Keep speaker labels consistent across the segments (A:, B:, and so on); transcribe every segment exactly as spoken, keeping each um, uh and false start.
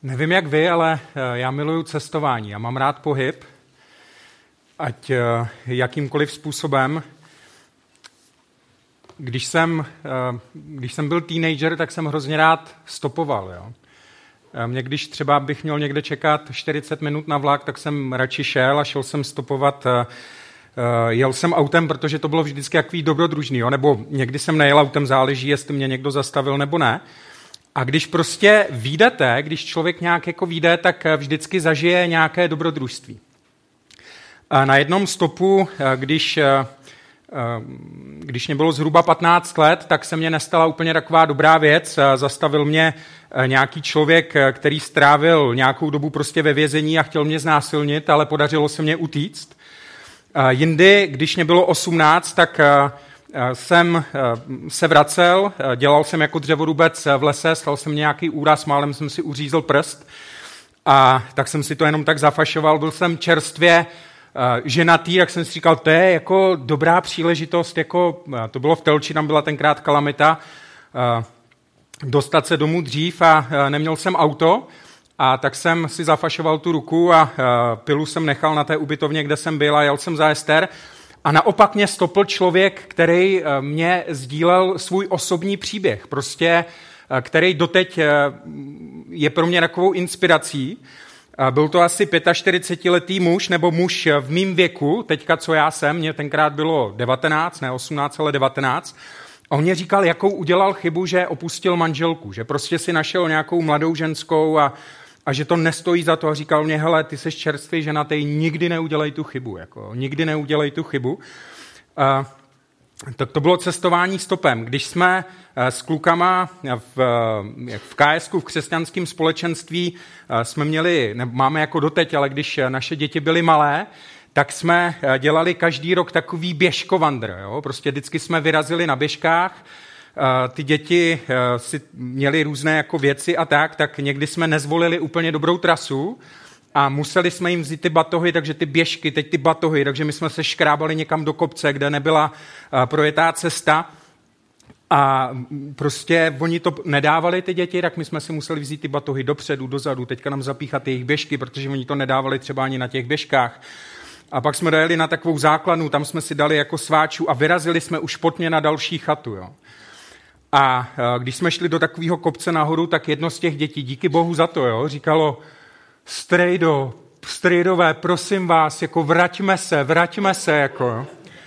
A: Nevím, jak vy, ale já miluju cestování. Já mám rád pohyb, ať jakýmkoliv způsobem. Když jsem, když jsem byl teenager, tak jsem hrozně rád stopoval. Jo. Mě, když třeba bych měl někde čekat čtyřicet minut na vlak, tak jsem radši šel a šel jsem stopovat. Jel jsem autem, protože to bylo vždycky takový dobrodružný, jo. Nebo někdy jsem nejel autem, záleží, jestli mě někdo zastavil nebo ne. A když prostě vyjdete, když člověk nějak jako vyjde, tak vždycky zažije nějaké dobrodružství. A na jednom stopu, když, když mě bylo zhruba patnáct let, tak se mně nestala úplně taková dobrá věc. Zastavil mě nějaký člověk, který strávil nějakou dobu prostě ve vězení a chtěl mě znásilnit, ale podařilo se mě utíct. Jindy, když mě bylo osmnáct, tak jsem se vracel, dělal jsem jako dřevorubec v lese, stal jsem nějaký úraz, málem jsem si uřízl prst a tak jsem si to jenom tak zafašoval. Byl jsem čerstvě ženatý, tak jsem si říkal, to je jako dobrá příležitost, jako, to bylo v Telči, tam byla tenkrát kalamita, dostat se domů dřív a neměl jsem auto, a tak jsem si zafašoval tu ruku a pilu jsem nechal na té ubytovně, kde jsem byl a jel jsem za Ester. A naopak mě stopl člověk, který mě sdílel svůj osobní příběh, prostě, který doteď je pro mě takovou inspirací. Byl to asi čtyřicetiletý muž, nebo muž v mým věku, teďka co já jsem, mě tenkrát bylo devatenáct, ne osmnáct, ale devatenáct. A on mě říkal, jakou udělal chybu, že opustil manželku, že prostě si našel nějakou mladou ženskou a, a že to nestojí za to. A říkal mě, hele, ty seš čerstvý ženatý, nikdy neudělej tu chybu, jako, nikdy neudělej tu chybu. A, tak to bylo cestování stopem. Když jsme s klukama v, v K S ku, v křesťanském společenství, jsme měli, ne, máme jako doteď, ale když naše děti byly malé, tak jsme dělali každý rok takový běžkovandr. Jo? Prostě vždycky jsme vyrazili na běžkách, ty děti si měly různé jako věci a tak, tak někdy jsme nezvolili úplně dobrou trasu a museli jsme jim vzít ty batohy, takže ty běžky, teď ty batohy, takže my jsme se škrábali někam do kopce, kde nebyla projetá cesta a prostě oni to nedávali ty děti, tak my jsme si museli vzít ty batohy dopředu, dozadu, teďka nám zapíchat jejich běžky, protože oni to nedávali třeba ani na těch běžkách. A pak jsme dojeli na takovou základnu, tam jsme si dali jako sváčů a vyrazili jsme už potmě na další chatu. Jo. A když jsme šli do takového kopce nahoru, tak jedno z těch dětí, díky bohu za to, jo, říkalo, strejdo, strejdové, prosím vás, jako vraťme se, vraťme se, jako, jo.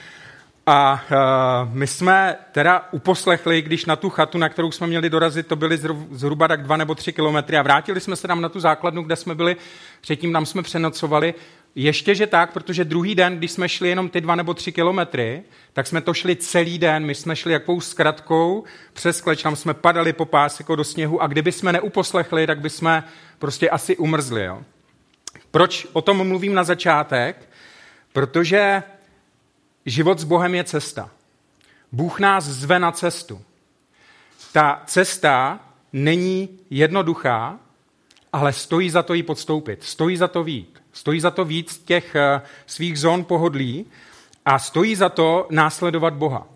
A: A uh, my jsme teda uposlechli, když na tu chatu, na kterou jsme měli dorazit, to byly zhruba tak dva nebo tři kilometry a vrátili jsme se tam na tu základnu, kde jsme byli, předtím tam jsme přenocovali. Ještě, že tak, protože druhý den, když jsme šli jenom ty dva nebo tři kilometry, tak jsme to šli celý den, my jsme šli jakou zkratkou přes kleč, tam jsme padali po pás jako do sněhu a kdyby jsme neuposlechli, tak by jsme prostě asi umrzli. Jo. Proč o tom mluvím na začátek? Protože život s Bohem je cesta. Bůh nás zve na cestu. Ta cesta není jednoduchá, ale stojí za to ji podstoupit, stojí za to vyjít. Stojí za to víc těch svých zón pohodlí a stojí za to následovat Boha.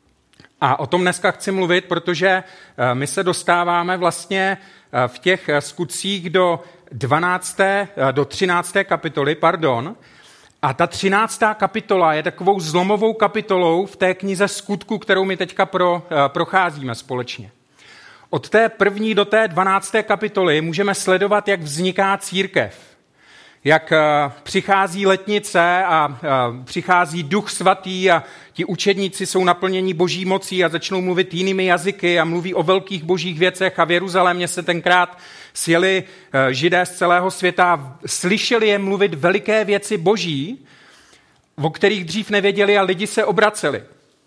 A: A o tom dneska chci mluvit, protože my se dostáváme vlastně v těch skutcích do dvanácté, do třinácté kapitoly, pardon, a ta třináctá kapitola je takovou zlomovou kapitolou v té knize Skutku, kterou my teďka pro, procházíme společně. Od té první do té dvanácté kapitoly můžeme sledovat, jak vzniká církev. Jak přichází letnice a přichází Duch Svatý a ti učedníci jsou naplněni boží mocí a začnou mluvit jinými jazyky a mluví o velkých božích věcech a v Jeruzalémě se tenkrát sjeli Židé z celého světa, slyšeli je mluvit veliké věci boží, o kterých dřív nevěděli a lidi se obraceli.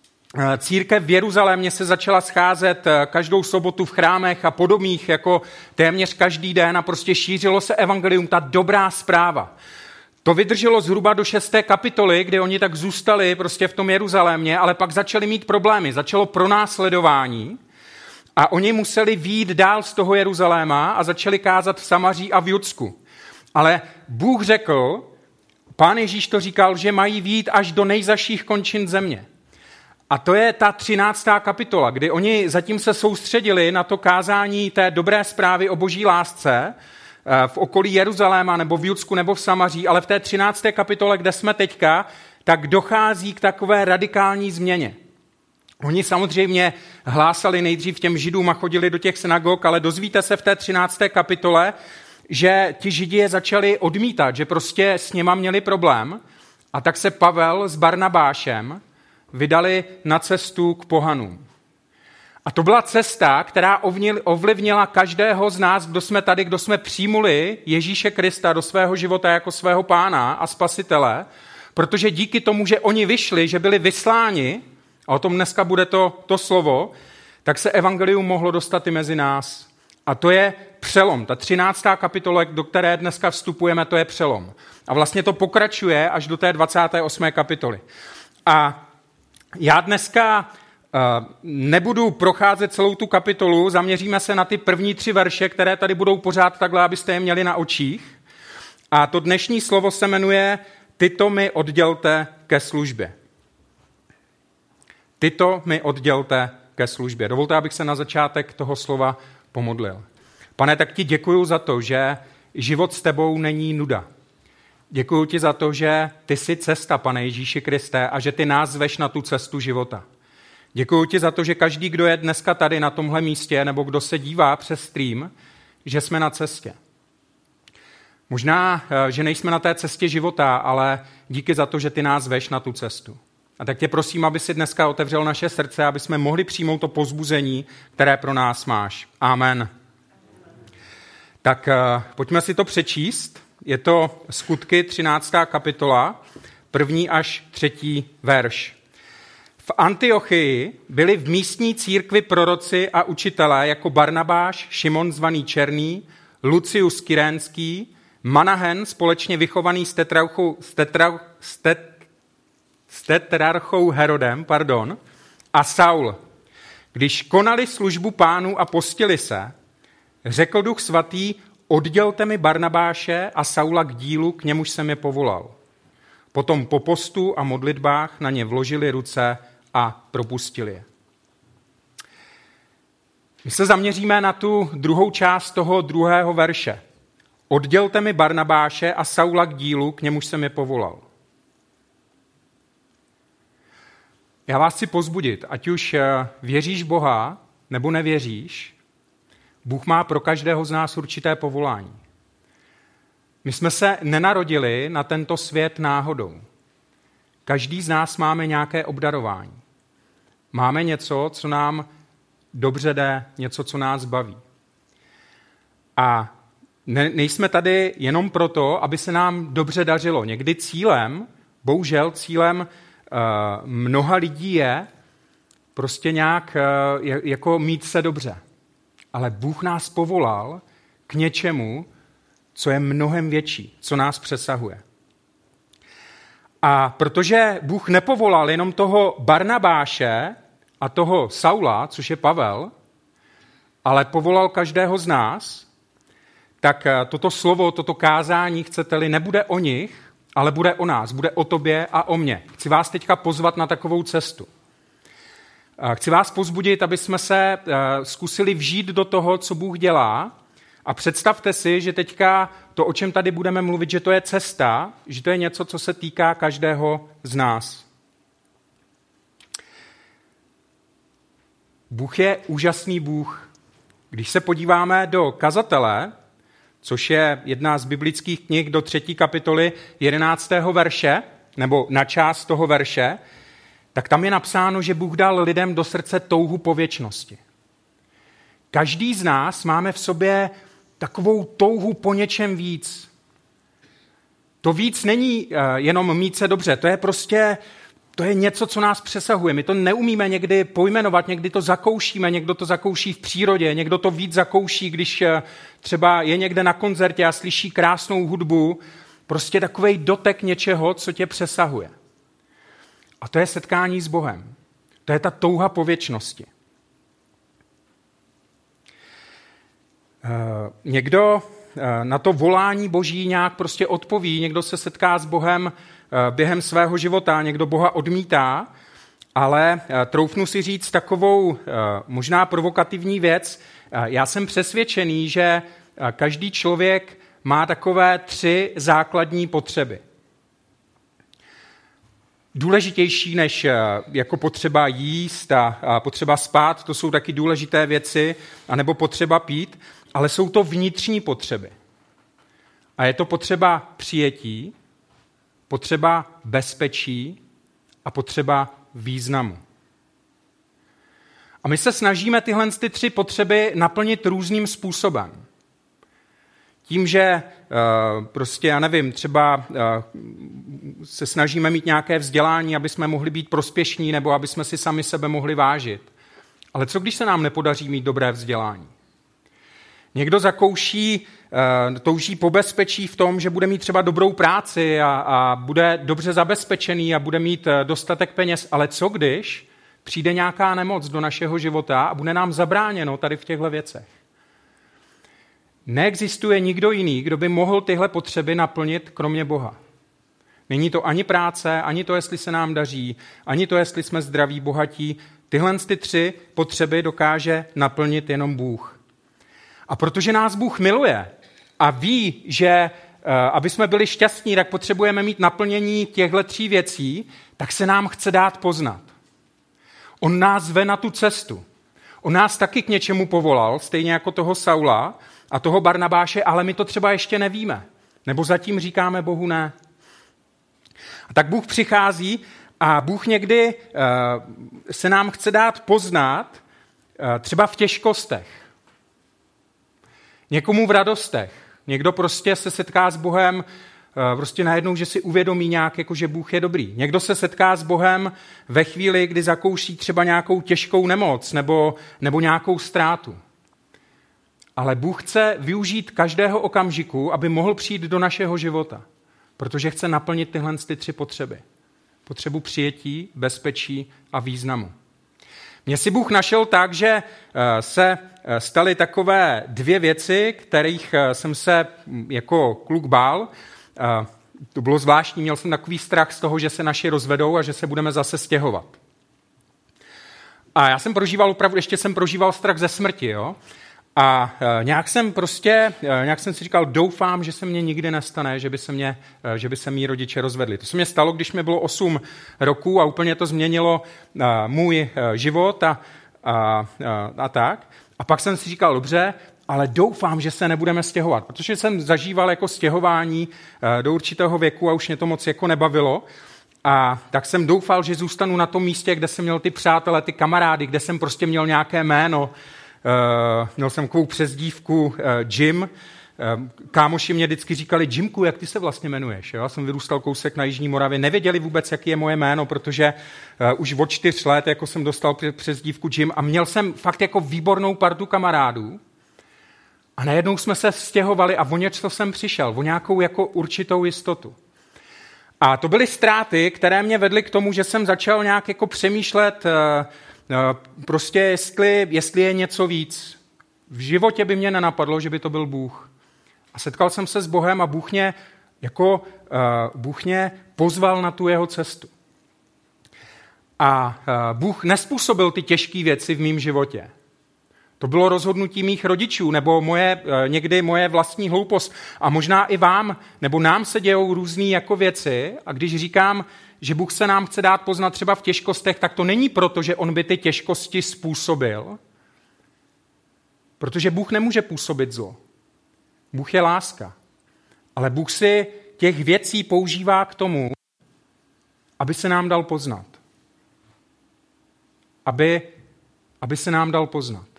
A: Církev v Jeruzalémě se začala scházet každou sobotu v chrámech a podobných jako téměř každý den a prostě šířilo se evangelium, ta dobrá zpráva. To vydrželo zhruba do šesté kapitoly, kdy oni tak zůstali prostě v tom Jeruzalémě, ale pak začali mít problémy, začalo pronásledování a oni museli vyjít dál z toho Jeruzaléma a začali kázat v Samaří a v Judsku. Ale Bůh řekl, Pán Ježíš to říkal, že mají vyjít až do nejzaších končin země. A to je ta třináctá kapitola, kdy oni zatím se soustředili na to kázání té dobré zprávy o boží lásce, v okolí Jeruzaléma nebo v Judsku nebo v Samaří, ale v té třinácté kapitole, kde jsme teďka, tak dochází k takové radikální změně. Oni samozřejmě hlásali nejdřív těm Židům a chodili do těch synagog, ale dozvíte se v té třinácté kapitole, že ti Židi je začali odmítat, že prostě s nima měli problém, a tak se Pavel s Barnabášem vydali na cestu k pohanům. A to byla cesta, která ovlivnila každého z nás, kdo jsme tady, kdo jsme přijmuli Ježíše Krista do svého života jako svého pána a spasitele, protože díky tomu, že oni vyšli, že byli vysláni, a o tom dneska bude to, to slovo, tak se evangelium mohlo dostat i mezi nás. A to je přelom. Ta třináctá kapitola, do které dneska vstupujeme, to je přelom. A vlastně to pokračuje až do té dvacáté osmé kapitoly. A já dneska uh, nebudu procházet celou tu kapitolu, zaměříme se na ty první tři verše, které tady budou pořád takhle, abyste je měli na očích. A to dnešní slovo se jmenuje Tyto mi oddělte ke službě. Tyto mi oddělte ke službě. Dovolte, abych se na začátek toho slova pomodlil. Pane, tak ti děkuju za to, že život s tebou není nuda. Děkuju ti za to, že ty jsi cesta, Pane Ježíši Kriste, a že ty nás zveš na tu cestu života. Děkuju ti za to, že každý, kdo je dneska tady na tomhle místě, nebo kdo se dívá přes stream, že jsme na cestě. Možná, že nejsme na té cestě života, ale díky za to, že ty nás zveš na tu cestu. A tak tě prosím, aby si dneska otevřel naše srdce, aby jsme mohli přijmout to povzbuzení, které pro nás máš. Amen. Tak pojďme si to přečíst. Je to Skutky, třináctá kapitola, první až třetí verš. V Antiochii byli v místní církvi proroci a učitelé jako Barnabáš, Šimon zvaný Černý, Lucius Kyrénský, Manahen společně vychovaný s tetrarchou, s tetra, s tet, s tetrarchou Herodem, pardon, a Saul. Když konali službu Pánu a postili se, řekl Duch Svatý, oddělte mi Barnabáše a Saula k dílu, k němuž jsem je povolal. Potom po postu a modlitbách na ně vložili ruce a propustili je. My se zaměříme na tu druhou část toho druhého verše. Oddělte mi Barnabáše a Saula k dílu, k němuž jsem je povolal. Já vás chci pozbudit, ať už věříš Boha, nebo nevěříš, Bůh má pro každého z nás určité povolání. My jsme se nenarodili na tento svět náhodou. Každý z nás máme nějaké obdarování. Máme něco, co nám dobře jde, něco, co nás baví. A ne, nejsme tady jenom proto, aby se nám dobře dařilo. Někdy cílem, bohužel cílem uh, mnoha lidí je prostě nějak uh, jako mít se dobře. Ale Bůh nás povolal k něčemu, co je mnohem větší, co nás přesahuje. A protože Bůh nepovolal jenom toho Barnabáše a toho Saula, což je Pavel, ale povolal každého z nás, tak toto slovo, toto kázání, chcete-li, nebude o nich, ale bude o nás, bude o tobě a o mně. Chci vás teďka pozvat na takovou cestu. Chci vás pozbudit, aby jsme se zkusili vžít do toho, co Bůh dělá, a představte si, že teďka to, o čem tady budeme mluvit, že to je cesta, že to je něco, co se týká každého z nás. Bůh je úžasný Bůh. Když se podíváme do Kazatele, což je jedna z biblických knih, do třetí kapitoly jedenáctého verše, nebo na část toho verše, tak tam je napsáno, že Bůh dal lidem do srdce touhu po věčnosti. Každý z nás máme v sobě takovou touhu po něčem víc. To víc není jenom mít se dobře, to je prostě, to je něco, co nás přesahuje. My to neumíme někdy pojmenovat, někdy to zakoušíme, někdo to zakouší v přírodě, někdo to víc zakouší, když třeba je někde na koncertě a slyší krásnou hudbu, prostě takovej dotek něčeho, co tě přesahuje. A to je setkání s Bohem. To je ta touha po věčnosti. Někdo na to volání Boží nějak prostě odpoví, někdo se setká s Bohem během svého života, někdo Boha odmítá, ale troufnu si říct takovou možná provokativní věc. Já jsem přesvědčený, že každý člověk má takové tři základní potřeby. Důležitější než jako potřeba jíst a potřeba spát, to jsou taky důležité věci, anebo potřeba pít, ale jsou to vnitřní potřeby. A je to potřeba přijetí, potřeba bezpečí a potřeba významu. A my se snažíme tyhle ty tři potřeby naplnit různým způsobem. Tím, že prostě, já nevím, třeba se snažíme mít nějaké vzdělání, aby jsme mohli být prospěšní nebo aby jsme si sami sebe mohli vážit. Ale co když se nám nepodaří mít dobré vzdělání? Někdo zakouší, touží po bezpečí v tom, že bude mít třeba dobrou práci a, a bude dobře zabezpečený a bude mít dostatek peněz, ale co když přijde nějaká nemoc do našeho života a bude nám zabráněno tady v těchto věcech? Neexistuje nikdo jiný, kdo by mohl tyhle potřeby naplnit, kromě Boha. Není to ani práce, ani to, jestli se nám daří, ani to, jestli jsme zdraví, bohatí. Tyhle ty tři potřeby dokáže naplnit jenom Bůh. A protože nás Bůh miluje a ví, že aby jsme byli šťastní, tak potřebujeme mít naplnění těchto tří věcí, tak se nám chce dát poznat. On nás zve na tu cestu. On nás taky k něčemu povolal, stejně jako toho Saula a toho Barnabáše, ale my to třeba ještě nevíme. Nebo zatím říkáme Bohu ne. A tak Bůh přichází a Bůh někdy uh, se nám chce dát poznat uh, třeba v těžkostech. Někomu v radostech. Někdo prostě se setká s Bohem uh, prostě najednou, že si uvědomí nějak, jako že Bůh je dobrý. Někdo se setká s Bohem ve chvíli, kdy zakouší třeba nějakou těžkou nemoc nebo, nebo nějakou ztrátu. Ale Bůh chce využít každého okamžiku, aby mohl přijít do našeho života, protože chce naplnit tyhle ty tři potřeby. Potřebu přijetí, bezpečí a významu. Mě si Bůh našel tak, že se staly takové dvě věci, kterých jsem se jako kluk bál. To bylo zvláštní, měl jsem takový strach z toho, že se naši rozvedou a že se budeme zase stěhovat. A já jsem prožíval opravdu, ještě jsem prožíval strach ze smrti, jo. A nějak jsem prostě, nějak jsem si říkal, doufám, že se mně nikdy nestane, že by se, mě, že by se mý rodiče rozvedli. To se mě stalo, když mi bylo osm roků a úplně to změnilo můj život a, a, a, a tak. A pak jsem si říkal, dobře, ale doufám, že se nebudeme stěhovat, protože jsem zažíval jako stěhování do určitého věku a už mě to moc jako nebavilo. A tak jsem doufal, že zůstanu na tom místě, kde jsem měl ty přátele, ty kamarády, kde jsem prostě měl nějaké jméno. Uh, měl jsem takovou přezdívku uh, Jim. Uh, kámoši mě vždycky říkali, Jimku, jak ty se vlastně jmenuješ? Jo? Já jsem vyrůstal kousek na Jižní Moravě. Nevěděli vůbec, jaký je moje jméno, protože uh, už od čtyř let jako jsem dostal přezdívku Jim a měl jsem fakt jako výbornou partu kamarádů. A najednou jsme se stěhovali a o něco jsem přišel, o nějakou jako určitou jistotu. A to byly ztráty, které mě vedly k tomu, že jsem začal nějak jako přemýšlet uh, Prostě jestli, jestli je něco víc. V životě by mě nenapadlo, že by to byl Bůh. A setkal jsem se s Bohem a Bůh mě, jako, uh, Bůh mě pozval na tu jeho cestu. A uh, Bůh nespůsobil ty těžké věci v mém životě. To bylo rozhodnutí mých rodičů, nebo moje, uh, někdy moje vlastní hloupost. A možná i vám, nebo nám se dějou různé jako věci. A když říkám, že Bůh se nám chce dát poznat třeba v těžkostech, tak to není proto, že on by ty těžkosti způsobil, protože Bůh nemůže působit zlo. Bůh je láska. Ale Bůh si těch věcí používá k tomu, aby se nám dal poznat. Aby, aby se nám dal poznat.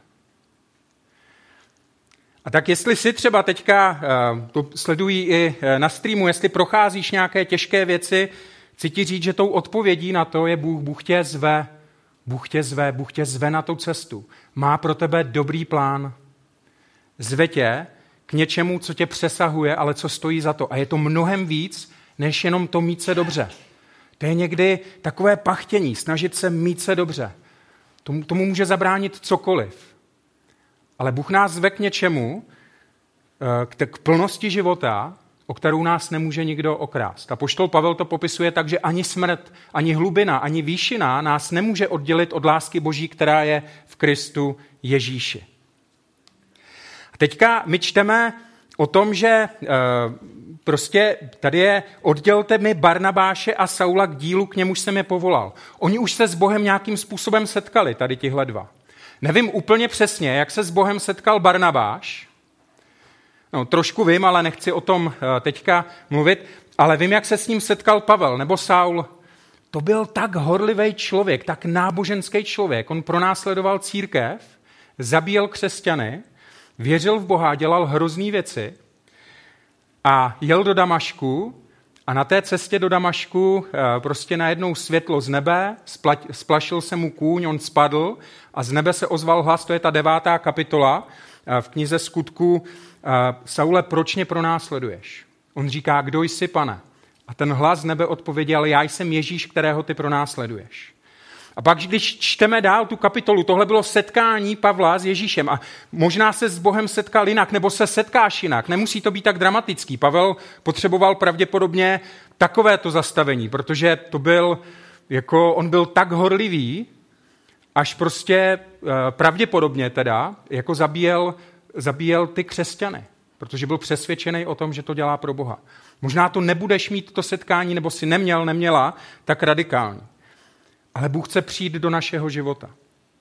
A: A tak jestli si třeba teďka, to sledují i na streamu, jestli procházíš nějaké těžké věci, chci ti říct, že tou odpovědí na to je Bůh. Bůh tě zve, Bůh tě zve, Bůh tě zve na tu cestu. Má pro tebe dobrý plán. Zve tě k něčemu, co tě přesahuje, ale co stojí za to. A je to mnohem víc, než jenom to mít se dobře. To je někdy takové pachtění, snažit se mít se dobře. Tomu, tomu může zabránit cokoliv. Ale Bůh nás zve k něčemu, k, k plnosti života, o kterou nás nemůže nikdo okrást. Apoštol Pavel to popisuje tak, že ani smrt, ani hlubina, ani výšina nás nemůže oddělit od lásky Boží, která je v Kristu Ježíši. Teďka my čteme o tom, že uh, prostě tady je oddělte mi Barnabáše a Saula k dílu, k němuž jsem je povolal. Oni už se s Bohem nějakým způsobem setkali, tady tihle dva. Nevím úplně přesně, jak se s Bohem setkal Barnabáš. No, trošku vím, ale nechci o tom uh, teďka mluvit, ale vím, jak se s ním setkal Pavel nebo Saul. To byl tak horlivý člověk, tak náboženský člověk. On pronásledoval církev, zabíjel křesťany, věřil v Boha, dělal hrozný věci a jel do Damašku a na té cestě do Damašku prostě najednou světlo z nebe, splašil se mu kůň, on spadl a z nebe se ozval hlas, to je ta devátá kapitola v knize Skutků. Saule, proč mě pronásleduješ? On říká, kdo jsi, Pane? A ten hlas z nebe odpověděl, já jsem Ježíš, kterého ty pronásleduješ. A pak, když čteme dál tu kapitolu, tohle bylo setkání Pavla s Ježíšem a možná se s Bohem setkal jinak, nebo se setkáš jinak. Nemusí to být tak dramatický. Pavel potřeboval pravděpodobně takovéto zastavení, protože to byl, jako on byl tak horlivý, až prostě pravděpodobně teda, jako zabíjel, zabíjel ty křesťany, protože byl přesvědčený o tom, že to dělá pro Boha. Možná to nebudeš mít to setkání, nebo si neměl, neměla, tak radikální. Ale Bůh chce přijít do našeho života.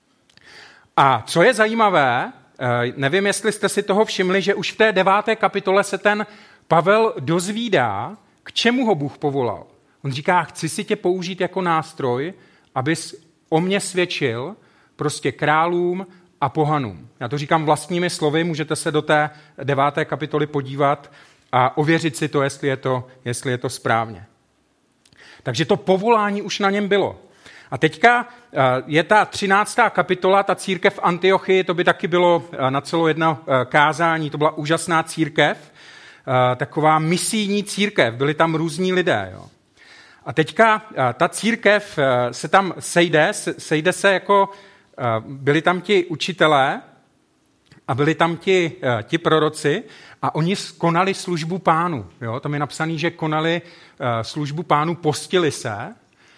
A: A co je zajímavé, nevím, jestli jste si toho všimli, že už v té deváté kapitole se ten Pavel dozvídá, k čemu ho Bůh povolal. On říká, chci si tě použít jako nástroj, abys o mě svědčil prostě králům a pohanům. Já to říkám vlastními slovy, můžete se do té deváté kapitoly podívat a ověřit si to, jestli je to, jestli je to správně. Takže to povolání už na něm bylo. A teďka je ta třináctá kapitola, ta církev v Antiochii, to by taky bylo na celou jedno kázání, to byla úžasná církev, taková misijní církev, byli tam různí lidé. Jo. A teďka ta církev se tam sejde, sejde se jako, byli tam ti učitelé a byli tam ti, ti proroci a oni konali službu Pánu. Jo. Tam je napsaný, že konali službu Pánu, postili se.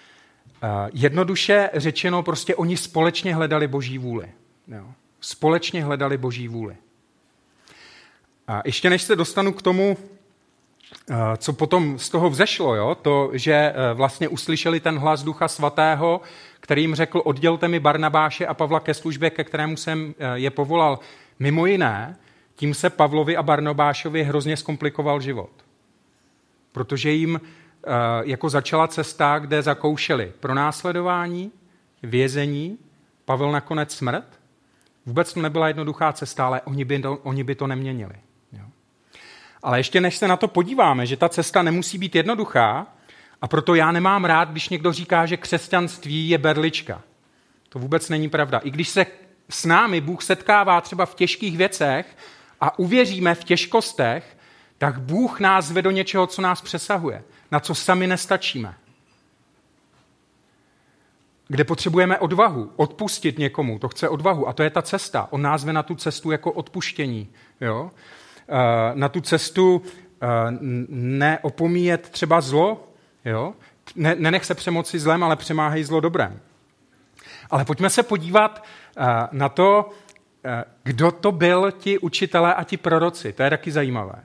A: Jednoduše řečeno, prostě oni společně hledali Boží vůli. Jo. Společně hledali Boží vůli. A ještě než se dostanu k tomu, co potom z toho vzešlo, jo, to, že vlastně uslyšeli ten hlas Ducha Svatého, který jim řekl, oddělte mi Barnabáše a Pavla ke službě, ke kterému jsem je povolal. Mimo jiné, tím se Pavlovi a Barnabášovi hrozně zkomplikoval život. Protože jim jako začala cesta, kde zakoušeli pronásledování, vězení, Pavel nakonec smrt. Vůbec to nebyla jednoduchá cesta, ale oni by to, oni by to neměnili. Jo. Ale ještě než se na to podíváme, že ta cesta nemusí být jednoduchá, a proto já nemám rád, když někdo říká, že křesťanství je berlička. To vůbec není pravda. I když se s námi Bůh setkává třeba v těžkých věcech a uvěříme v těžkostech, tak Bůh nás vede do něčeho, co nás přesahuje, na co sami nestačíme. Kde potřebujeme odvahu, odpustit někomu, to chce odvahu a to je ta cesta. On nás ve na tu cestu jako odpuštění. Jo? Na tu cestu neopomíjet třeba zlo, jo? Nenech se přemoci zlem, ale přemáhej zlo dobrem. Ale pojďme se podívat na to, kdo to byl ti učitelé a ti proroci. To je taky zajímavé.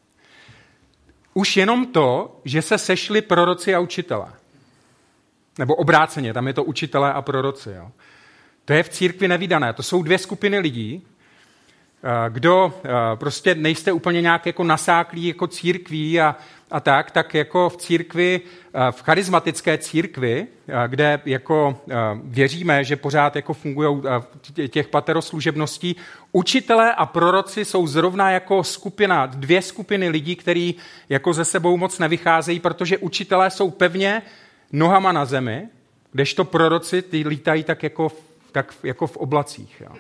A: Už jenom to, že se sešli proroci a učitelé. Nebo obráceně, tam je to učitelé a proroci. Jo. To je v církvi nevídané. To jsou dvě skupiny lidí, kdo prostě nejste úplně nějak jako nasáklí jako církví a, a tak, tak jako v církvi, v charismatické církvi, kde jako věříme, že pořád jako fungují těch pateroslužebností, učitelé a proroci jsou zrovna jako skupina, dvě skupiny lidí, který jako ze sebou moc nevycházejí, protože učitelé jsou pevně nohama na zemi, kdežto proroci ty lítají tak jako, tak jako v oblacích. Jo.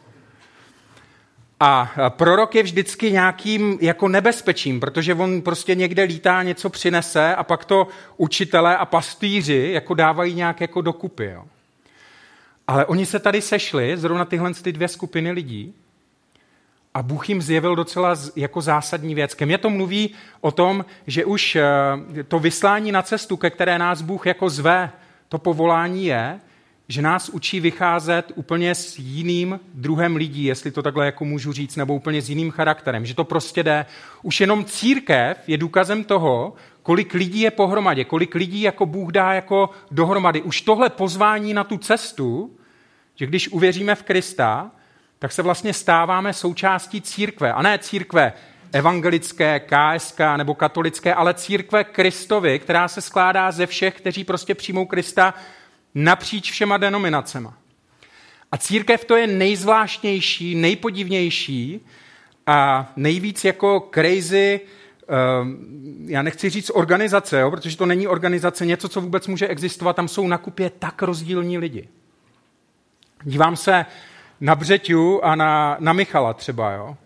A: A prorok je vždycky nějakým jako nebezpečím, protože on prostě někde lítá, něco přinese a pak to učitelé a pastýři jako dávají nějak jako dokupy. Jo. Ale oni se tady sešli, zrovna tyhle ty dvě skupiny lidí a Bůh jim zjevil docela jako zásadní věc. Ke mně to mluví o tom, že už to vyslání na cestu, ke které nás Bůh jako zve, to povolání je, že nás učí vycházet úplně s jiným druhem lidí, jestli to takhle jako můžu říct, nebo úplně s jiným charakterem, že to prostě jde. Už jenom církev je důkazem toho, kolik lidí je pohromadě, kolik lidí jako Bůh dá jako dohromady. Už tohle pozvání na tu cestu, že když uvěříme v Krista, tak se vlastně stáváme součástí církve. A ne církve evangelické, K S K nebo katolické, ale církve Kristovy, která se skládá ze všech, kteří prostě přijmou Krista napříč všema denominacema. A církev to je nejzvláštnější, nejpodivnější a nejvíc jako crazy, já nechci říct organizace, jo, protože to není organizace, něco, co vůbec může existovat, tam jsou na kupě tak rozdílní lidi. Dívám se na Břeťu a na, na Michala třeba, jo.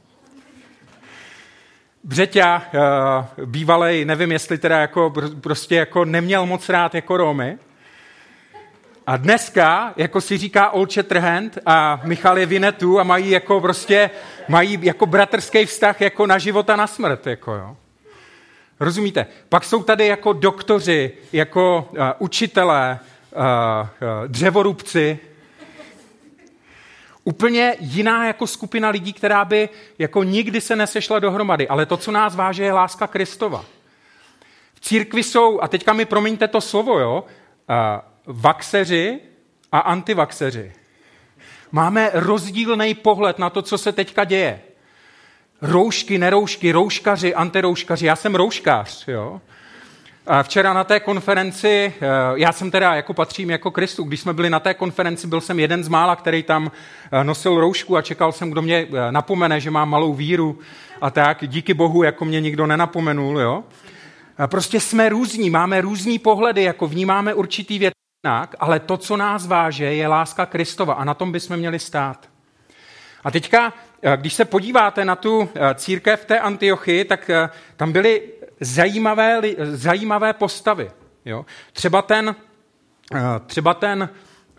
A: Břeťa, bývalej, nevím, jestli teda jako, prostě jako neměl moc rád jako Romy. A dneska jako si říká Old Shatterhand a Michal je Vinetu a mají jako prostě, mají jako bratrský vztah jako na život a na smrt, jako jo. Rozumíte? Pak jsou tady jako doktoři, jako uh, učitelé, uh, uh, dřevorubci. Úplně jiná jako skupina lidí, která by jako nikdy se nesešla dohromady. Ale to, co nás váže, je láska Kristova. V církvi jsou, a teďka mi promiňte to slovo, jo, uh, vaxeři a antivaxeři. Máme rozdílný pohled na to, co se teďka děje. Roušky, neroušky, rouškaři, antirouškaři. Já jsem rouškař, jo. A včera na té konferenci, já jsem teda jako patřím jako Kristu, když jsme byli na té konferenci, byl jsem jeden z mála, který tam nosil roušku a čekal jsem, kdo mě napomene, že mám malou víru a tak. Díky Bohu, jako mě nikdo nenapomenul, jo. A prostě jsme různí, máme různý pohledy, jako vnímáme určitý věc jinak, ale to, co nás váže, je láska Kristova a na tom bychom měli stát. A teďka, když se podíváte na tu církev té Antiochii, tak tam byly zajímavé, zajímavé postavy. Jo? Třeba ten, třeba ten,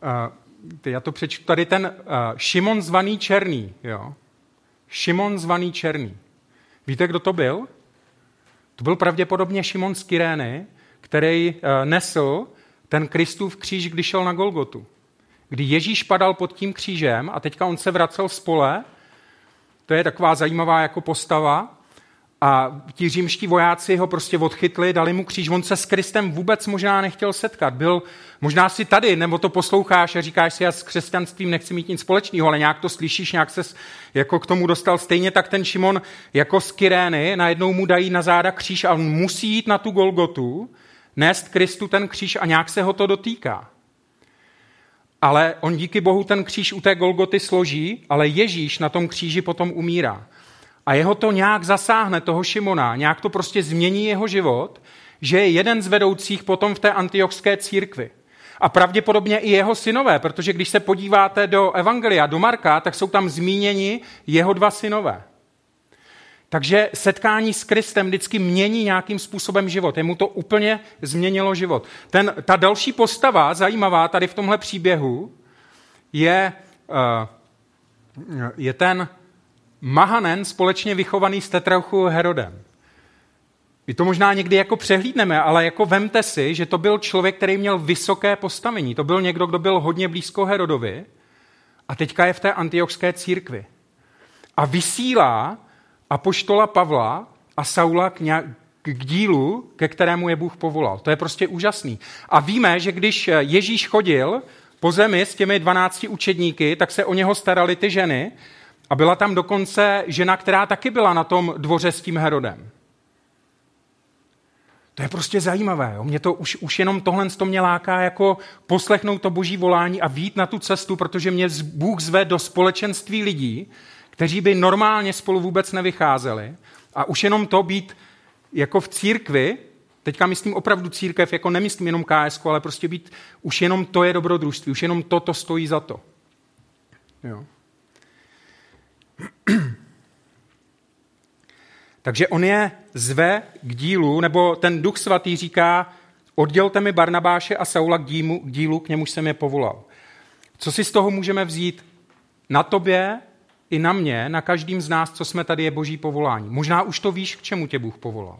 A: já to přečtu tady, ten Šimon zvaný Černý. Jo? Šimon zvaný Černý. Víte, kdo to byl? To byl pravděpodobně Šimon z Kyrény, který nesl ten Kristův kříž, když šel na Golgotu. Kdy Ježíš padal pod tím křížem a teďka on se vracel z pole, to je taková zajímavá jako postava, a ti římští vojáci ho prostě odchytli, dali mu kříž, on se s Kristem vůbec možná nechtěl setkat, byl možná si tady, nebo to posloucháš a říkáš si, já s křesťanstvím nechci mít nic společného, ale nějak to slyšíš, nějak se jako k tomu dostal. Stejně tak ten Šimon jako z Kyrény, najednou mu dají na záda kříž a on musí jít na tu Golgotu, nést Kristu ten kříž a nějak se ho to dotýká. Ale on díky Bohu ten kříž u té Golgoty složí, ale Ježíš na tom kříži potom umírá. A jeho to nějak zasáhne, toho Šimona, nějak to prostě změní jeho život, že je jeden z vedoucích potom v té antiochské církvi. A pravděpodobně i jeho synové, protože když se podíváte do Evangelia, do Marka, tak jsou tam zmíněni jeho dva synové. Takže setkání s Kristem vždycky mění nějakým způsobem život. Jemu to úplně změnilo život. Ten, ta další postava, zajímavá tady v tomhle příběhu, je, je ten Mahanen společně vychovaný s tetrarchou Herodem. My to možná někdy jako přehlídneme, ale jako vemte si, že to byl člověk, který měl vysoké postavení. To byl někdo, kdo byl hodně blízko Herodovi a teďka je v té antiochské církvi. A vysílá apoštola Pavla a Saula k, nějak, k dílu, ke kterému je Bůh povolal. To je prostě úžasný. A víme, že když Ježíš chodil po zemi s těmi dvanácti učedníky, tak se o něho starali ty ženy a byla tam dokonce žena, která taky byla na tom dvoře s tím Herodem. To je prostě zajímavé. Jo? Mě to už, už jenom tohle to mě láká jako poslechnout to boží volání a vyjít na tu cestu, protože mě Bůh zve do společenství lidí, kteří by normálně spolu vůbec nevycházeli. A už jenom to být jako v církvi, teďka myslím opravdu církev, jako nemyslím jenom K S ko, ale prostě být, už jenom to je dobrodružství, už jenom to, to stojí za to. Jo. Takže on je zve k dílu, nebo ten Duch Svatý říká, oddělte mi Barnabáše a Saula k dílu, k dílu, k němuž jsem je povolal. Co si z toho můžeme vzít? Na tobě i na mě, na každým z nás, co jsme tady, je boží povolání. Možná už to víš, k čemu tě Bůh povolal.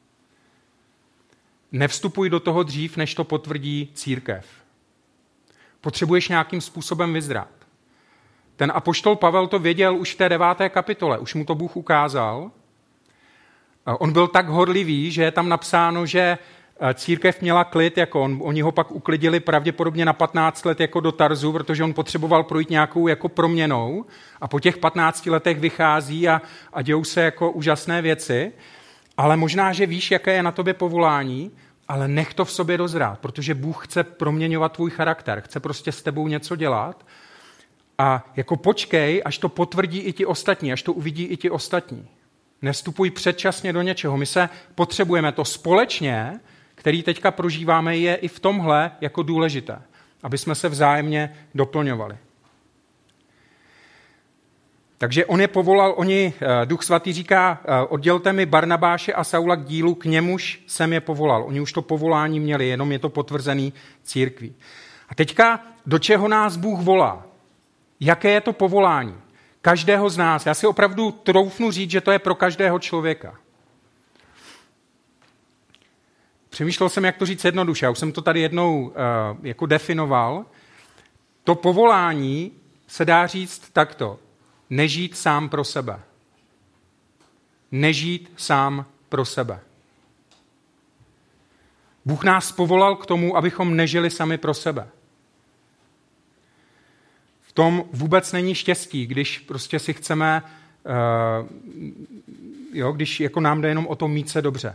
A: Nevstupuj do toho dřív, než to potvrdí církev. Potřebuješ nějakým způsobem vyzrát. Ten apoštol Pavel to věděl už v té deváté kapitole, už mu to Bůh ukázal. On byl tak horlivý, že je tam napsáno, že církev měla klid, jako on, oni ho pak uklidili pravděpodobně na patnáct let jako do Tarzu, protože on potřeboval projít nějakou jako proměnou a po těch patnácti letech vychází a, a dějou se jako úžasné věci, ale možná, že víš, jaké je na tobě povolání, ale nech to v sobě dozrát, protože Bůh chce proměňovat tvůj charakter, chce prostě s tebou něco dělat a jako počkej, až to potvrdí i ti ostatní, až to uvidí i ti ostatní. Nevstupuj předčasně do něčeho. My se potřebujeme to společně, který teďka prožíváme, je i v tomhle jako důležité, aby jsme se vzájemně doplňovali. Takže on je povolal, oni, Duch Svatý říká, oddělte mi Barnabáše a Saula k dílu, k němuž jsem je povolal. Oni už to povolání měli, jenom je to potvrzený církví. A teďka, do čeho nás Bůh volá? Jaké je to povolání? Každého z nás. Já si opravdu troufnu říct, že to je pro každého člověka. Přemýšlel jsem, jak to říct jednoduše. Já už jsem to tady jednou uh, jako definoval. To povolání se dá říct takto. Nežít sám pro sebe. Nežít sám pro sebe. Bůh nás povolal k tomu, abychom nežili sami pro sebe. V tom vůbec není štěstí, když prostě si chceme, uh, jo, když jako nám jde jenom o to mít se dobře.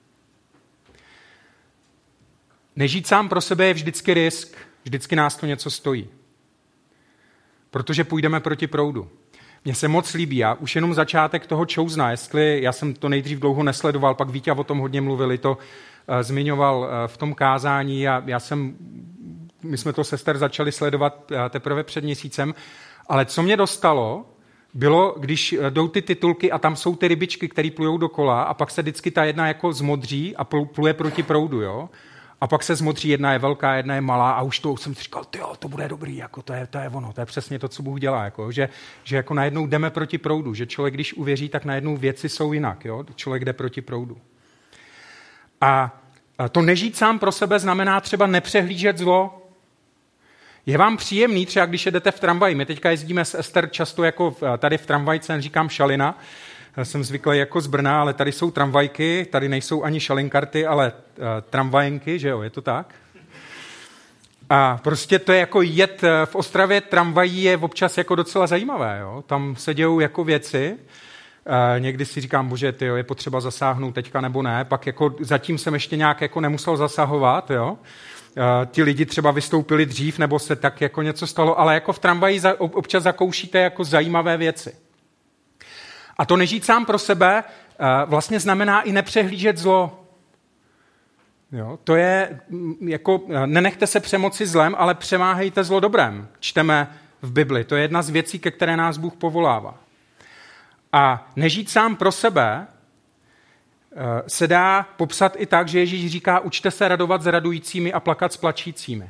A: Nežít sám pro sebe je vždycky risk, vždycky nás to něco stojí. Protože půjdeme proti proudu. Mně se moc líbí, a už jenom začátek toho Choosena, jestli, já jsem to nejdřív dlouho nesledoval, pak Vítě o tom hodně mluvili, to uh, zmiňoval uh, v tom kázání a já jsem, my jsme to sester začali sledovat uh, teprve před měsícem, ale co mě dostalo, bylo, když jdou ty titulky a tam jsou ty rybičky, které plujou dokola a pak se vždycky ta jedna jako zmodří a pluje proti proudu, jo? A pak se zmodří, jedna je velká, jedna je malá a už to už jsem říkal, tyjo, to bude dobrý, jako to je, to je ono, to je přesně to, co Bůh dělá, jako, že, že jako najednou jdeme proti proudu, že člověk, když uvěří, tak najednou věci jsou jinak, jo? Člověk jde proti proudu. A to nežít sám pro sebe znamená třeba nepřehlížet zlo. Je vám příjemný, třeba když jedete v tramvaji, my teďka jezdíme s Ester často jako tady v tramvajce, říkám šalina, jsem zvyklý jako z Brna, ale tady jsou tramvajky, tady nejsou ani šalinkarty, ale uh, tramvajenky, že jo, je to tak? A prostě to je jako jet v Ostravě tramvají je občas jako docela zajímavé, jo? Tam se dějou jako věci, uh, někdy si říkám, bože, tyjo, je potřeba zasáhnout teďka nebo ne, pak jako zatím jsem ještě nějak jako nemusel zasahovat, jo? Uh, ti lidi třeba vystoupili dřív, nebo se tak jako něco stalo, ale jako v tramvaji za, občas zakoušíte jako zajímavé věci. A to nežít sám pro sebe vlastně znamená i nepřehlížet zlo. Jo, to je jako, nenechte se přemoci zlem, ale přemáhejte zlo dobrem. Čteme v Bibli. To je jedna z věcí, ke které nás Bůh povolává. A nežít sám pro sebe se dá popsat i tak, že Ježíš říká, učte se radovat s radujícími a plakat s plačícími.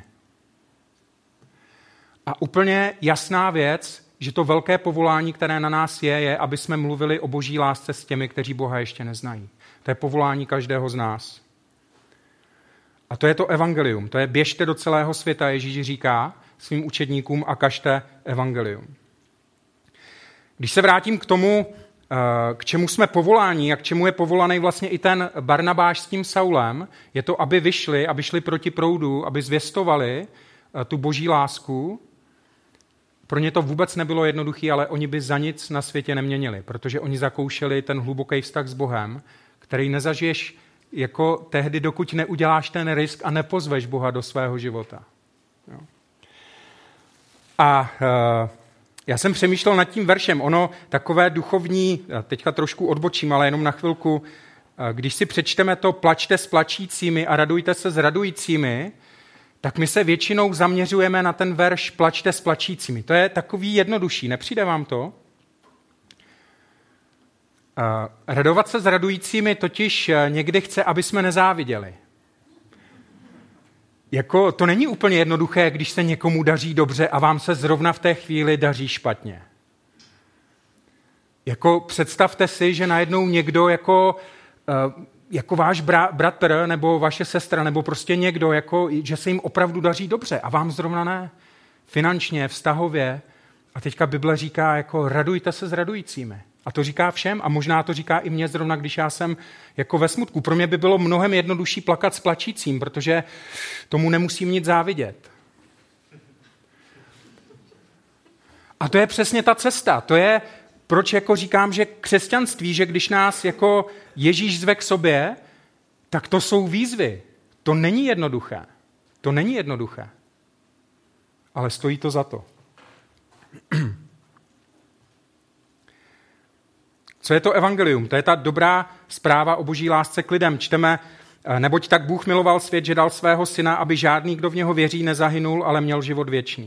A: A úplně jasná věc, že to velké povolání, které na nás je, je, aby jsme mluvili o boží lásce s těmi, kteří Boha ještě neznají. To je povolání každého z nás. A to je to evangelium. To je běžte do celého světa, Ježíš říká svým učedníkům a kažte evangelium. Když se vrátím k tomu, k čemu jsme povoláni a k čemu je povolaný vlastně i ten Barnabáš s tím Saulem, je to, aby vyšli, aby šli proti proudu, aby zvěstovali tu boží lásku. Pro ně to vůbec nebylo jednoduché, ale oni by za nic na světě neměnili, protože oni zakoušeli ten hluboký vztah s Bohem, který nezažiješ jako tehdy, dokud neuděláš ten risk a nepozveš Boha do svého života. Jo. A uh, já jsem přemýšlel nad tím veršem. Ono takové duchovní, teďka trošku odbočím, ale jenom na chvilku, když si přečteme to plačte s plačícími a radujte se s radujícími, tak my se většinou zaměřujeme na ten verš plačte s plačícími. To je takový jednodušší, nepřijde vám to? Radovat se s radujícími totiž někdy chce, aby jsme nezáviděli. Jako, to není úplně jednoduché, když se někomu daří dobře a vám se zrovna v té chvíli daří špatně. Jako představte si, že najednou někdo jako, jako váš bra, bratr nebo vaše sestra nebo prostě někdo, jako, že se jim opravdu daří dobře a vám zrovna ne. finančně, vztahově. A teďka Bible říká, jako radujte se s radujícími. A to říká všem a možná to říká i mně zrovna, když já jsem jako ve smutku. Pro mě by bylo mnohem jednodušší plakat s plačícím, protože tomu nemusím nic závidět. A to je přesně ta cesta. To je, proč jako říkám, že křesťanství, že když nás jako Ježíš zve k sobě, tak to jsou výzvy. To není jednoduché. To není jednoduché. Ale stojí to za to. Co je to evangelium? To je ta dobrá zpráva o boží lásce k lidem. Čteme, neboť tak Bůh miloval svět, že dal svého syna, aby žádný, kdo v něho věří, nezahynul, ale měl život věčný.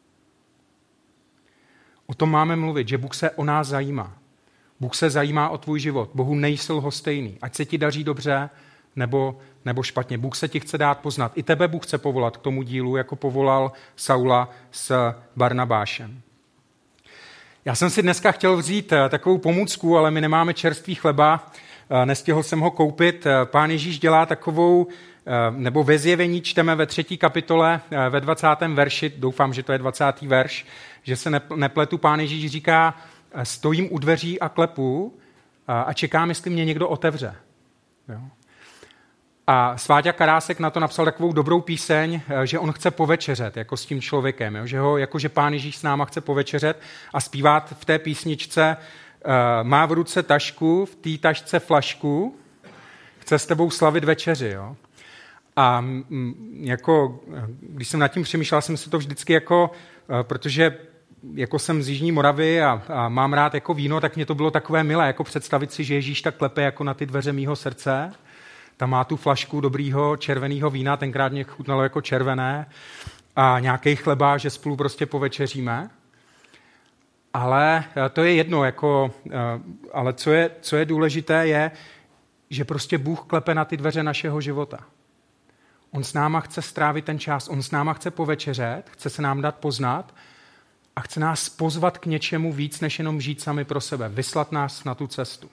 A: O tom máme mluvit, že Bůh se o nás zajímá. Bůh se zajímá o tvůj život. Bohu nejsi lhostejný. Ať se ti daří dobře, nebo, nebo špatně. Bůh se ti chce dát poznat. I tebe Bůh chce povolat k tomu dílu, jako povolal Saula s Barnabášem. Já jsem si dneska chtěl vzít takovou pomůcku, ale my nemáme čerstvý chleba, nestihl jsem ho koupit. Pán Ježíš dělá takovou, nebo ve Zjevení čteme ve třetí kapitole, ve dvacátém verši, doufám, že to je dvacátý verš, že se nepletu, Pán Ježíš říká, stojím u dveří a klepu a čekám, jestli mě někdo otevře. Jo. A Sváťa Karásek na to napsal takovou dobrou píseň, že on chce povečeřet jako s tím člověkem, jo? Že, ho, jako že Pán Ježíš s náma chce povečeřet a zpívat v té písničce uh, má v ruce tašku, v té tašce flašku, chce s tebou slavit večeři. Jo? A m, jako, když jsem nad tím přemýšlel, jsem si to vždycky jako, uh, protože jako jsem z Jižní Moravy a, a mám rád jako víno, tak mě to bylo takové milé, jako představit si, že Ježíš tak klepe jako na ty dveře mýho srdce. Tam má tu flašku dobrýho červeného vína, tenkrát mě chutnalo jako červené a nějaký chleba, že spolu prostě povečeříme. Ale to je jedno, jako, ale co je, co je důležité je, že prostě Bůh klepe na ty dveře našeho života. On s náma chce strávit ten čas, on s náma chce povečeřet, chce se nám dát poznat a chce nás pozvat k něčemu víc, než jenom žít sami pro sebe, vyslat nás na tu cestu.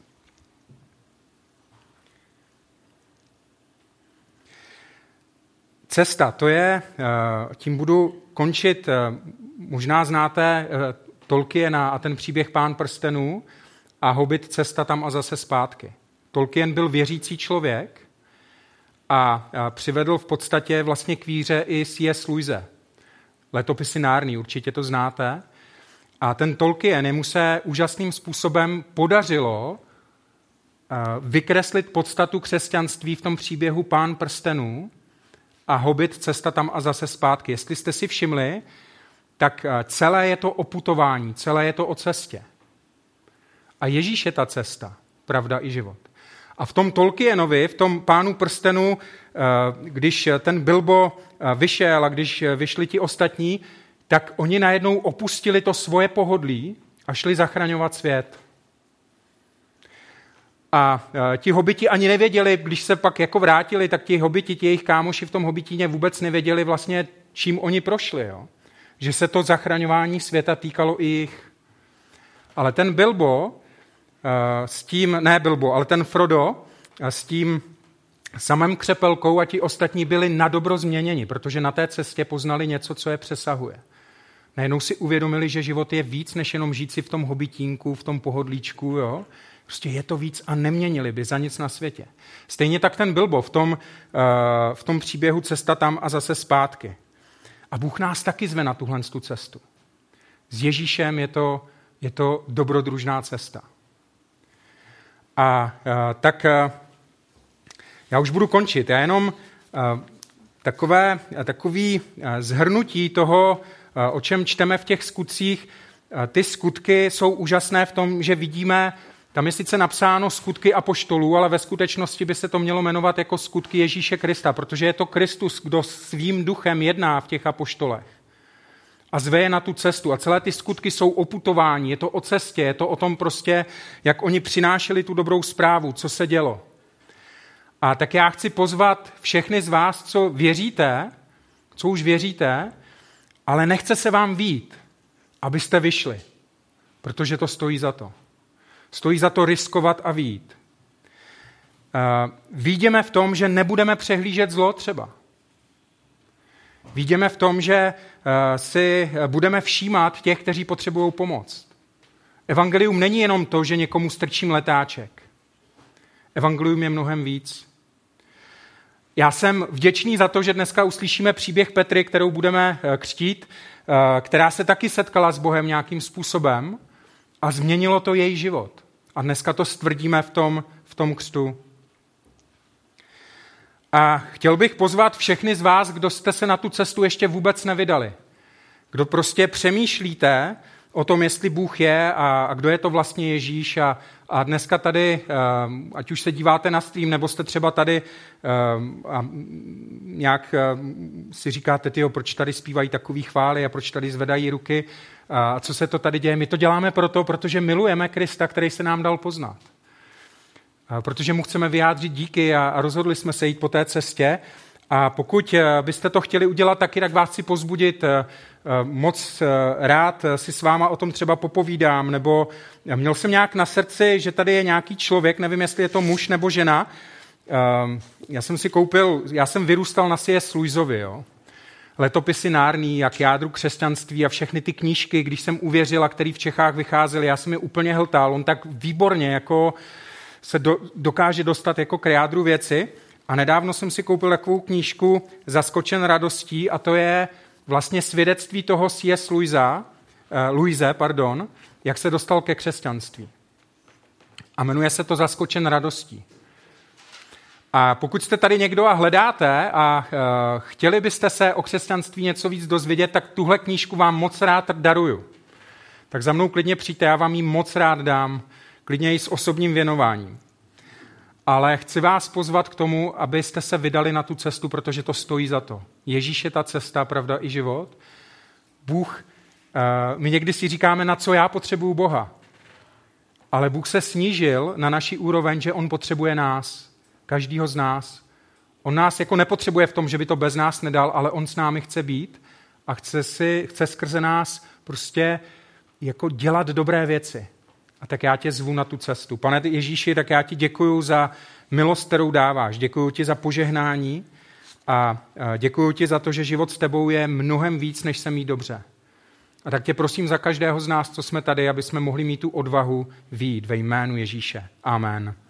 A: Cesta, to je, tím budu končit, možná znáte Tolkiena a ten příběh Pán prstenů a Hobbit, cesta tam a zase zpátky. Tolkien byl věřící člověk a přivedl v podstatě vlastně k víře i C S. Lewise. Letopisy Nární, určitě to znáte. A ten Tolkien, jemu se úžasným způsobem podařilo vykreslit podstatu křesťanství v tom příběhu Pán prstenů a Hobbit, cesta tam a zase zpátky. Jestli jste si všimli, tak celé je to o putování, celé je to o cestě. A Ježíš je ta cesta, pravda i život. A v tom Tolkienovi, v tom Pánu prstenů, když ten Bilbo vyšel a když vyšli ti ostatní, tak oni najednou opustili to svoje pohodlí a šli zachraňovat svět. A ti hobiti ani nevěděli, když se pak jako vrátili, tak ti hobiti, ti jejich kámoši v tom hobitíně vůbec nevěděli vlastně, čím oni prošli. Jo? Že se to zachraňování světa týkalo i jich. Ale ten Bilbo s tím, ne Bilbo, ale ten Frodo s tím samým křepelkou a ti ostatní byli na dobro změněni, protože na té cestě poznali něco, co je přesahuje. Najednou si uvědomili, že život je víc, než jenom žít si v tom hobitínku, v tom pohodlíčku, jo? Prostě je to víc a neměnili by za nic na světě. Stejně tak ten Bilbo v tom, v tom příběhu cesta tam a zase zpátky. A Bůh nás taky zve na tuhle tu cestu. S Ježíšem je to, je to dobrodružná cesta. A tak já už budu končit. Já jenom takové, takový zhrnutí toho, o čem čteme v těch skutcích. Ty skutky jsou úžasné v tom, že vidíme, tam je sice napsáno skutky apoštolů, ale ve skutečnosti by se to mělo jmenovat jako skutky Ježíše Krista, protože je to Kristus, kdo svým duchem jedná v těch apoštolech a zve je na tu cestu. A celé ty skutky jsou o putování, je to o cestě, je to o tom prostě, jak oni přinášeli tu dobrou zprávu, co se dělo. A tak já chci pozvat všechny z vás, co věříte, co už věříte, ale nechce se vám vyjít, abyste vyšli, protože to stojí za to. Stojí za to riskovat a vyjít. Výjdeme v tom, že nebudeme přehlížet zlo třeba. Vidíme v tom, že si budeme všímat těch, kteří potřebují pomoc. Evangelium není jenom to, že někomu strčím letáček. Evangelium je mnohem víc. Já jsem vděčný za to, že dneska uslyšíme příběh Petry, kterou budeme křtít, která se taky setkala s Bohem nějakým způsobem a změnilo to její život. A dneska to stvrdíme v tom, v tom křtu. A chtěl bych pozvat všechny z vás, kdo jste se na tu cestu ještě vůbec nevydali. Kdo prostě přemýšlíte o tom, jestli Bůh je a, a kdo je to vlastně Ježíš. A, a dneska tady, ať už se díváte na stream, nebo jste třeba tady a nějak si říkáte, tyjo, proč tady zpívají takový chvály a proč tady zvedají ruky a co se to tady děje. My to děláme proto, protože milujeme Krista, který se nám dal poznat. Protože mu chceme vyjádřit díky a rozhodli jsme se jít po té cestě. A pokud byste to chtěli udělat taky, tak vás chci povzbudit. Moc rád si s váma o tom třeba popovídám, nebo měl jsem nějak na srdci, že tady je nějaký člověk, nevím, jestli je to muž nebo žena. Já jsem si koupil, já jsem vyrůstal na C S Lewisovi, jo. Letopisy Nární, jak jádru křesťanství a všechny ty knížky, když jsem uvěřil a který v Čechách vycházely, já jsem je úplně hltal. On tak výborně jako se do, dokáže dostat jako k jádru věci. A nedávno jsem si koupil takovou knížku Zaskočen radostí a to je vlastně svědectví toho C S Lewisa, eh, Lewise, pardon, jak se dostal ke křesťanství. A jmenuje se to Zaskočen radostí. A pokud jste tady někdo a hledáte a eh, chtěli byste se o křesťanství něco víc dozvědět, tak tuhle knížku vám moc rád daruju. Tak za mnou klidně přijďte, já vám ji moc rád dám, klidně i s osobním věnováním. Ale chci vás pozvat k tomu, abyste se vydali na tu cestu, protože to stojí za to. Ježíš je ta cesta, pravda i život. Bůh, my někdy si říkáme, na co já potřebuju Boha. Ale Bůh se snížil na naši úroveň, že on potřebuje nás, každýho z nás. On nás jako nepotřebuje v tom, že by to bez nás nedal, ale on s námi chce být a chce, si, chce skrze nás prostě jako dělat dobré věci. A tak já tě zvu na tu cestu. Pane Ježíši, tak já ti děkuju za milost, kterou dáváš. Děkuju ti za požehnání a děkuju ti za to, že život s tebou je mnohem víc, než se mít dobře. A tak tě prosím za každého z nás, co jsme tady, aby jsme mohli mít tu odvahu vyjít ve jménu Ježíše. Amen.